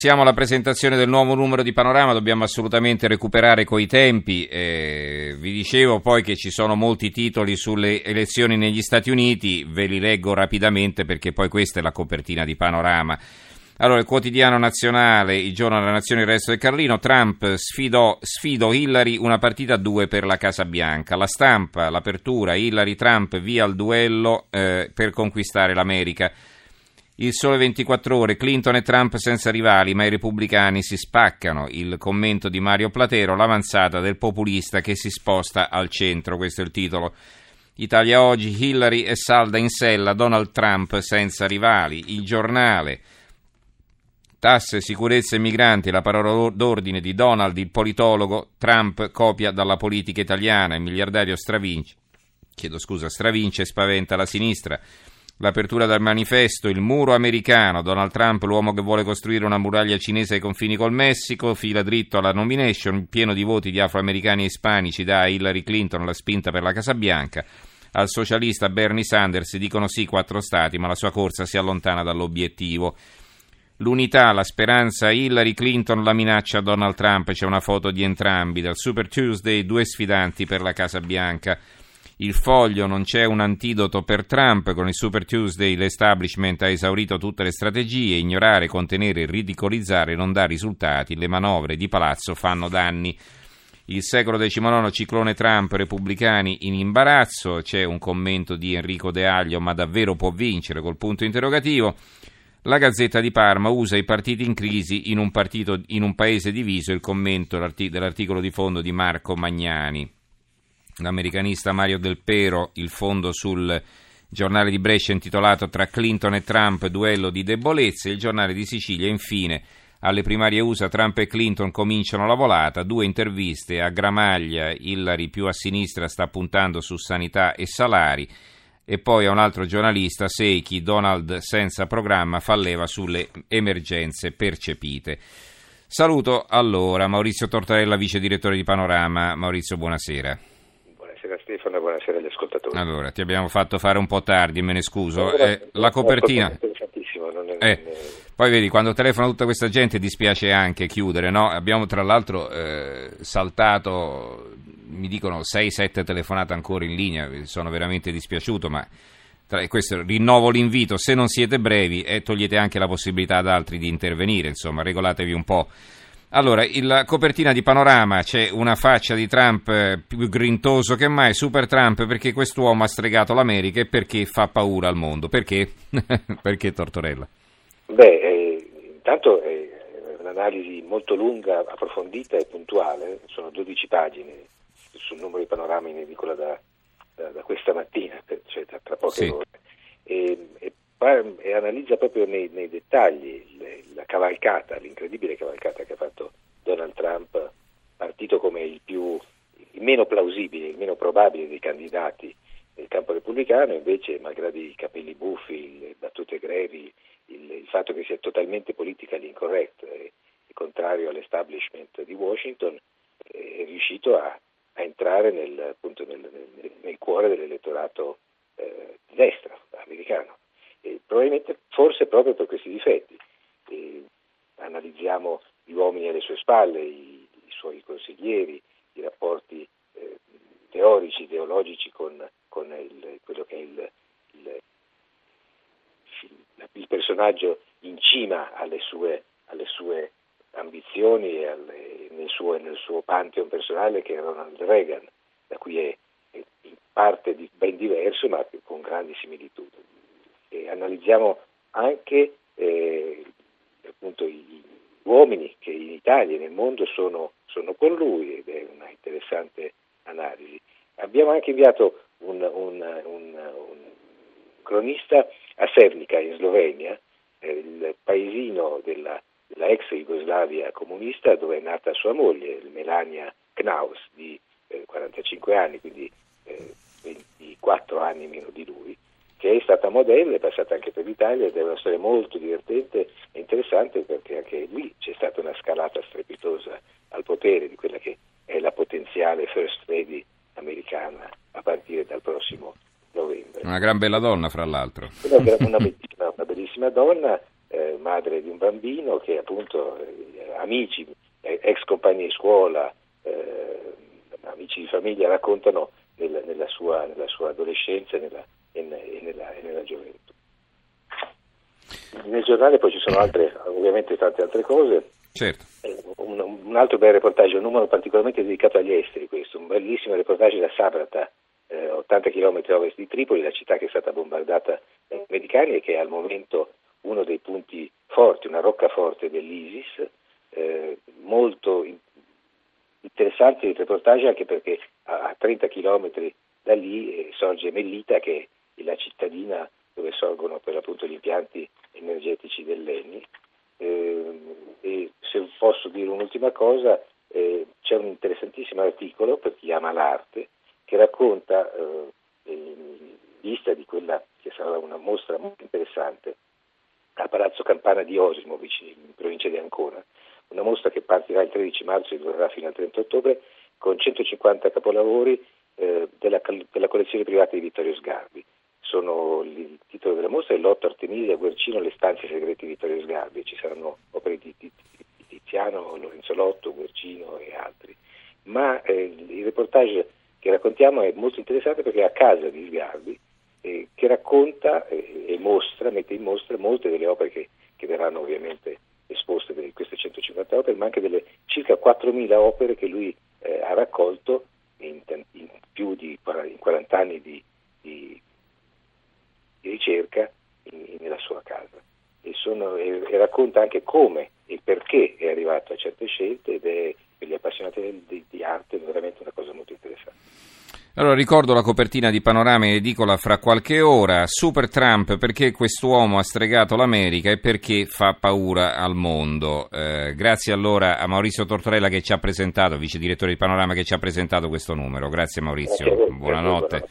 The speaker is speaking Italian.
Siamo alla presentazione del nuovo numero di Panorama, dobbiamo assolutamente recuperare coi tempi. Vi dicevo poi che ci sono molti titoli sulle elezioni negli Stati Uniti, ve li leggo rapidamente perché poi questa è la copertina di Panorama. Allora, il quotidiano nazionale, il giorno della nazione, il resto del Carlino, Trump sfido Hillary, una partita a due per la Casa Bianca. La Stampa, l'apertura, Hillary-Trump via al duello per conquistare l'America. Il Sole 24 Ore, Clinton e Trump senza rivali, ma i repubblicani si spaccano. Il commento di Mario Platero, l'avanzata del populista che si sposta al centro, questo è il titolo. Italia Oggi, Hillary è salda in sella, Donald Trump senza rivali. Il Giornale, tasse, sicurezza e migranti, la parola d'ordine di Donald, il politologo, Trump copia dalla politica italiana, il miliardario stravince e spaventa la sinistra. L'apertura del manifesto, il muro americano, Donald Trump, l'uomo che vuole costruire una muraglia cinese ai confini col Messico, fila dritto alla nomination, pieno di voti di afroamericani e ispanici, dà a Hillary Clinton la spinta per la Casa Bianca. Al socialista Bernie Sanders dicono sì 4 stati, ma la sua corsa si allontana dall'obiettivo. L'unità, la speranza, Hillary Clinton, la minaccia Donald Trump, c'è una foto di entrambi. Dal Super Tuesday, 2 sfidanti per la Casa Bianca. Il Foglio, non c'è un antidoto per Trump, con il Super Tuesday l'establishment ha esaurito tutte le strategie, ignorare, contenere, ridicolizzare non dà risultati, le manovre di palazzo fanno danni. Il Secolo XIX, ciclone Trump, repubblicani in imbarazzo, c'è un commento di Enrico De Aglio, ma davvero può vincere, col punto interrogativo. La Gazzetta di Parma usa i partiti in crisi in un paese diviso, il commento dell'articolo di fondo di Marco Magnani. L'americanista Mario Del Pero, il fondo sul giornale di Brescia intitolato Tra Clinton e Trump, duello di debolezze. Il giornale di Sicilia, infine, alle primarie USA Trump e Clinton cominciano la volata, 2 interviste a Gramaglia, Hillary più a sinistra sta puntando su sanità e salari, e poi a un altro giornalista, Secchi, Donald senza programma fa leva sulle emergenze percepite. Saluto allora Maurizio Tortorella, vice direttore di Panorama. Maurizio, buonasera. Buonasera Stefano, buonasera agli ascoltatori. Allora, ti abbiamo fatto fare un po' tardi, me ne scuso. La copertina. Interessantissimo. Poi vedi, quando telefona tutta questa gente dispiace anche chiudere, no? Abbiamo tra l'altro saltato, mi dicono 6-7 telefonate ancora in linea, sono veramente dispiaciuto, ma questo rinnovo l'invito, se non siete brevi togliete anche la possibilità ad altri di intervenire, insomma, regolatevi un po'. Allora, la copertina di Panorama, c'è una faccia di Trump più grintoso che mai, Super Trump, perché quest'uomo ha stregato l'America e perché fa paura al mondo. Perché? Perché Tortorella? Intanto è un'analisi molto lunga, approfondita e puntuale, sono 12 pagine sul numero di Panorama in edicola da questa mattina, cioè tra poche ore, e analizza proprio nei dettagli la cavalcata, l'incredibile cavalcata che ha fatto Donald Trump, partito come il meno plausibile, il meno probabile dei candidati nel campo repubblicano, invece malgrado i capelli buffi, le battute grevi, il fatto che sia totalmente politically incorrect e contrario all'establishment di Washington, è riuscito a entrare nel cuore dell'elettorato di destra americano. E probabilmente, forse proprio per questi difetti, analizziamo gli uomini alle sue spalle, i suoi consiglieri, i rapporti teorici, ideologici con quello che è il personaggio in cima alle sue ambizioni e nel suo pantheon personale, che è Ronald Reagan, da cui è in parte ben diverso ma con grandi similitudini. E analizziamo anche appunto gli uomini che in Italia e nel mondo sono con lui, ed è una interessante analisi. Abbiamo anche inviato un cronista a Sevnica in Slovenia, il paesino della ex Jugoslavia comunista, dove è nata sua moglie, Melania Knaus, di 45 anni, quindi 24 anni meno di lui, che è stata modella, è passata anche per l'Italia ed è una storia molto divertente e interessante, perché anche lì c'è stata una scalata strepitosa al potere di quella che è la potenziale First Lady americana a partire dal prossimo novembre. Una gran bella donna, fra l'altro. Una bellissima donna, ma madre di un bambino che appunto amici, ex compagni di scuola, amici di famiglia raccontano nella sua adolescenza e nella gioventù. Nel giornale poi ci sono ovviamente tante altre cose. Certo. Un altro bel reportage, un numero particolarmente dedicato agli esteri, questo, un bellissimo reportage da Sabrata, 80 km a ovest di Tripoli, la città che è stata bombardata dagli americani e che è al momento uno dei punti forti, una roccaforte dell'ISIS, molto interessante il reportage anche perché a 30 km da lì sorge Mellita, che è la cittadina dove sorgono per l'appunto gli impianti energetici dell'ENI. E se posso dire un'ultima cosa, c'è un interessantissimo articolo per chi ama l'arte che racconta in vista di quella che sarà una mostra molto interessante a Palazzo Campana di Osimo, vicino in provincia di Ancona, una mostra che partirà il 13 marzo e durerà fino al 30 ottobre con 150 capolavori della collezione privata di Vittorio Sgarbi. Il titolo della mostra è Lotto, Artemisia, Guercino, le stanze segrete di Vittorio Sgarbi. Ci saranno opere di Tiziano, Lorenzo Lotto, Guercino e altri. Ma il reportage che raccontiamo è molto interessante perché è a casa di Sgarbi, che racconta e mette in mostra molte delle opere che verranno ovviamente esposte, di queste 150 opere, ma anche delle circa 4.000 opere che lui ha raccolto in più di 40 anni di ricerca nella sua casa e racconta anche come e perché è arrivato a certe scelte ed è per gli appassionati di arte veramente una cosa molto interessante. Allora ricordo la copertina di Panorama in edicola fra qualche ora. Super Trump, perché quest'uomo ha stregato l'America e perché fa paura al mondo. Grazie allora a Maurizio Tortorella che ci ha presentato, vice direttore di Panorama, che ci ha presentato questo numero. Grazie Maurizio, buonanotte.